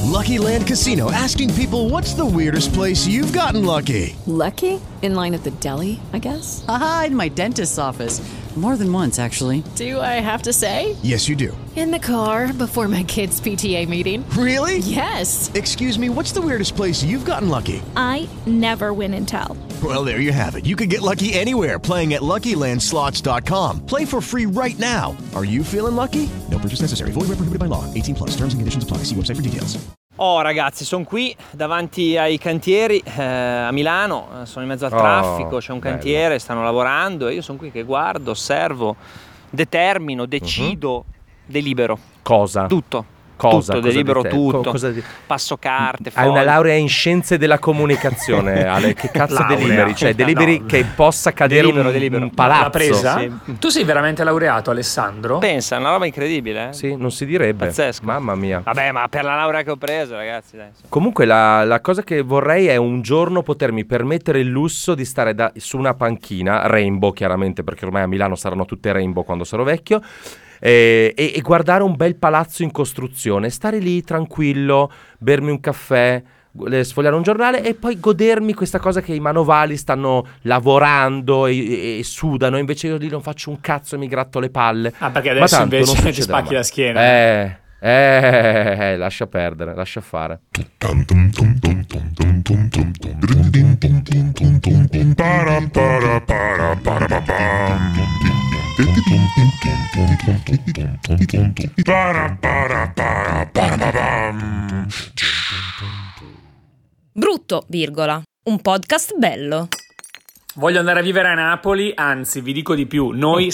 Lucky Land Casino, asking people, what's the weirdest place you've gotten lucky? Lucky? In line at the deli, I guess? Aha, in my dentist's office. More than once, actually. Do I have to say? Yes, you do. In the car before my kids' PTA meeting. Really? Yes. Excuse me, what's the weirdest place you've gotten lucky? I never win and tell. Well, there you have it. You can get lucky anywhere, playing at LuckyLandSlots.com. Play for free right now. Are you feeling lucky? No purchase necessary. Void where prohibited by law. 18+. Terms and conditions apply. See website for details. Oh ragazzi, sono qui davanti ai cantieri a Milano, sono in mezzo al traffico, c'è un cantiere, stanno lavorando e io sono qui che guardo, osservo, determino, decido, delibero. Cosa? Tutto. Cosa? Tutto, delibero tutto. Cosa passo carte, Hai una laurea in scienze della comunicazione, Ale. Che cazzo deliberi? Cioè, deliberi che possa cadere un palazzo. L'ha presa? Sì. Tu sei veramente laureato, Alessandro? Pensa, è una roba incredibile, Sì, non si direbbe. Pazzesco. Mamma mia. Vabbè, ma per la laurea che ho preso, ragazzi, dai. Comunque la cosa che vorrei è un giorno potermi permettere il lusso di stare su una panchina, rainbow chiaramente, perché ormai a Milano saranno tutte rainbow quando sarò vecchio, e guardare un bel palazzo in costruzione, stare lì tranquillo, bermi un caffè, sfogliare un giornale e poi godermi questa cosa che i manovali stanno lavorando e sudano, invece io lì non faccio un cazzo e mi gratto le palle. Ah, perché adesso invece ti spacchi la schiena. Lascia perdere, lascia fare. Brutto, virgola. Un podcast bello. Voglio andare a vivere a Napoli, anzi vi dico di più, noi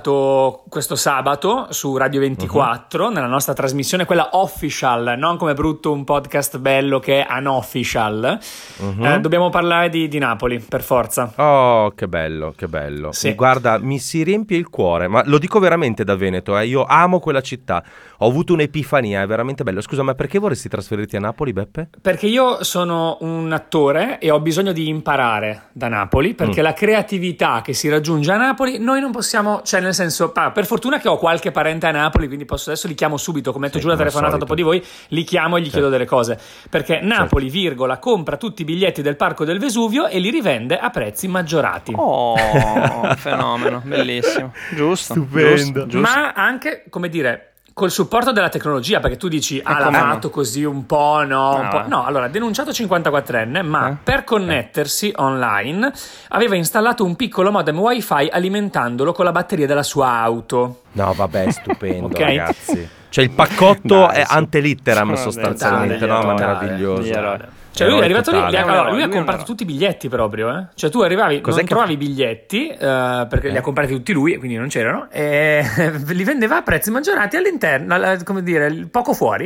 questo sabato su Radio 24, nella nostra trasmissione, quella official, non come Brutto un podcast bello che è unofficial, dobbiamo parlare di Napoli, per forza. Oh, che bello, che bello. Sì. Guarda, mi si riempie il cuore, ma lo dico veramente da Veneto, io amo quella città, ho avuto un'epifania, è veramente bello. Scusa, ma perché vorresti trasferirti a Napoli, Beppe? Perché io sono un attore e ho bisogno di imparare da Napoli, perché la creatività che si raggiunge a Napoli noi non possiamo, cioè nel senso, per fortuna che ho qualche parente a Napoli, quindi adesso li chiamo subito, come metto giù la telefonata dopo di voi, li chiamo e gli chiedo delle cose, perché Napoli, virgola, compra tutti i biglietti del Parco del Vesuvio e li rivende a prezzi maggiorati. Oh, fenomeno, bellissimo, giusto, stupendo, giusto. Ma anche, come dire, col supporto della tecnologia, perché tu dici lavato così un po', no? No, allora, denunciato 54enne, ma per connettersi online aveva installato un piccolo modem wifi alimentandolo con la batteria della sua auto. No, vabbè, stupendo, Okay? Ragazzi. Cioè il paccotto è sì. ante litteram No, sostanzialmente, no? Ma meraviglioso. Cioè lui è arrivato lì, totale. lui ha comprato tutti i biglietti proprio, Cioè tu arrivavi, non trovavi i biglietti, perché li ha comprati tutti lui e quindi non c'erano, e li vendeva a prezzi maggiorati all'interno, come dire, poco fuori,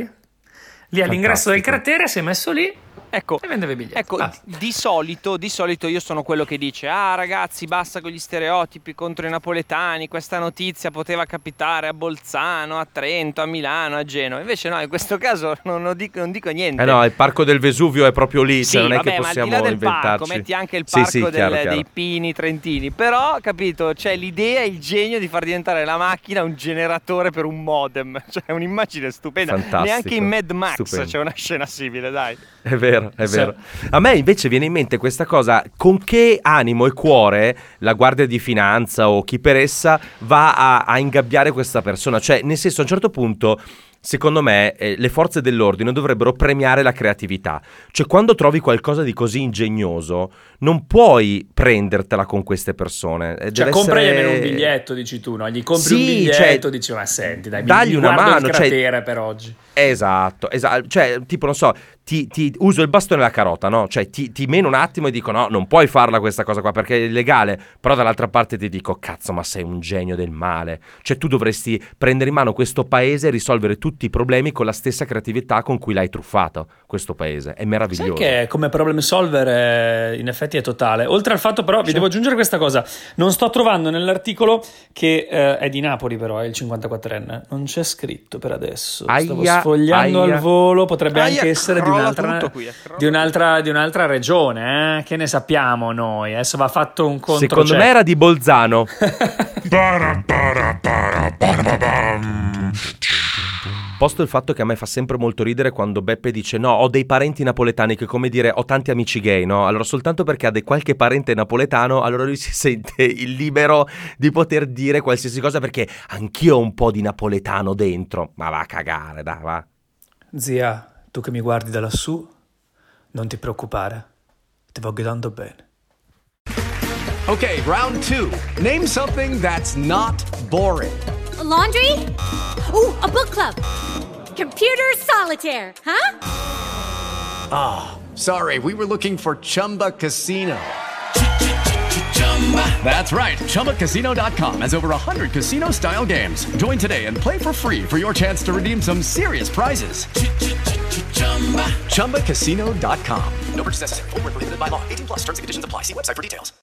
lì all'ingresso del cratere, si è messo lì. Ecco, e vendeva i biglietti. Ecco, di solito io sono quello che dice: ragazzi, basta con gli stereotipi contro i napoletani, questa notizia poteva capitare a Bolzano, a Trento, a Milano, a Genova. Invece no, in questo caso non dico niente. No, il Parco del Vesuvio è proprio lì, sì, cioè non è vabbè, che possiamo ma al di là del inventarci. parco, metti anche il parco chiaro. dei Pini Trentini, però, capito, c'è l'idea e il genio di far diventare la macchina un generatore per un modem, cioè un'immagine stupenda. Fantastico. Neanche in Mad Max Stupendo. c'è una scena simile, dai. È vero, è vero. A me invece viene in mente questa cosa: con che animo e cuore la Guardia di Finanza o chi per essa va a ingabbiare questa persona? Cioè, nel senso, a un certo punto, secondo me, le forze dell'ordine dovrebbero premiare la creatività. Cioè, quando trovi qualcosa di così ingegnoso, non puoi prendertela con queste persone. Cioè, compragli almeno un biglietto, dici tu, no? Gli compri un biglietto, dici, ma senti, dai, dagli una mano, il cratere per oggi. Esatto, cioè, tipo, non so, ti uso il bastone e la carota, no? Cioè, ti meno un attimo e dico, no, non puoi farla questa cosa qua perché è illegale, però dall'altra parte ti dico, cazzo, ma sei un genio del male. Cioè, tu dovresti prendere in mano questo paese e risolvere tutti i problemi con la stessa creatività con cui l'hai truffato, questo paese. È meraviglioso. Sai che come problem solver in effetti è totale. Oltre al fatto, però, vi devo aggiungere questa cosa. Non sto trovando nell'articolo che è di Napoli, però, è il 54enne. Non c'è scritto per adesso. Stavo sfogliando al volo, potrebbe anche essere di un'altra regione, che ne sappiamo noi. Adesso va fatto un controcheck. Secondo me era di Bolzano. Posto il fatto che a me fa sempre molto ridere quando Beppe dice no, ho dei parenti napoletani, che è come dire ho tanti amici gay, no? Allora soltanto perché ha qualche parente napoletano, allora lui si sente il libero di poter dire qualsiasi cosa, perché anch'io ho un po' di napoletano dentro. Ma va a cagare, dai, va. Zia, tu che mi guardi da lassù, non ti preoccupare, ti voglio tanto bene. Okay, round 2. Name something that's not boring. A laundry? Ooh, a book club. Computer solitaire, huh? Ah, sorry, we were looking for Chumba Casino. That's right, ChumbaCasino.com has over 100 casino-style games. Join today and play for free for your chance to redeem some serious prizes. ChumbaCasino.com. No purchase necessary. Void where prohibited by law. 18+ terms and conditions apply. See website for details.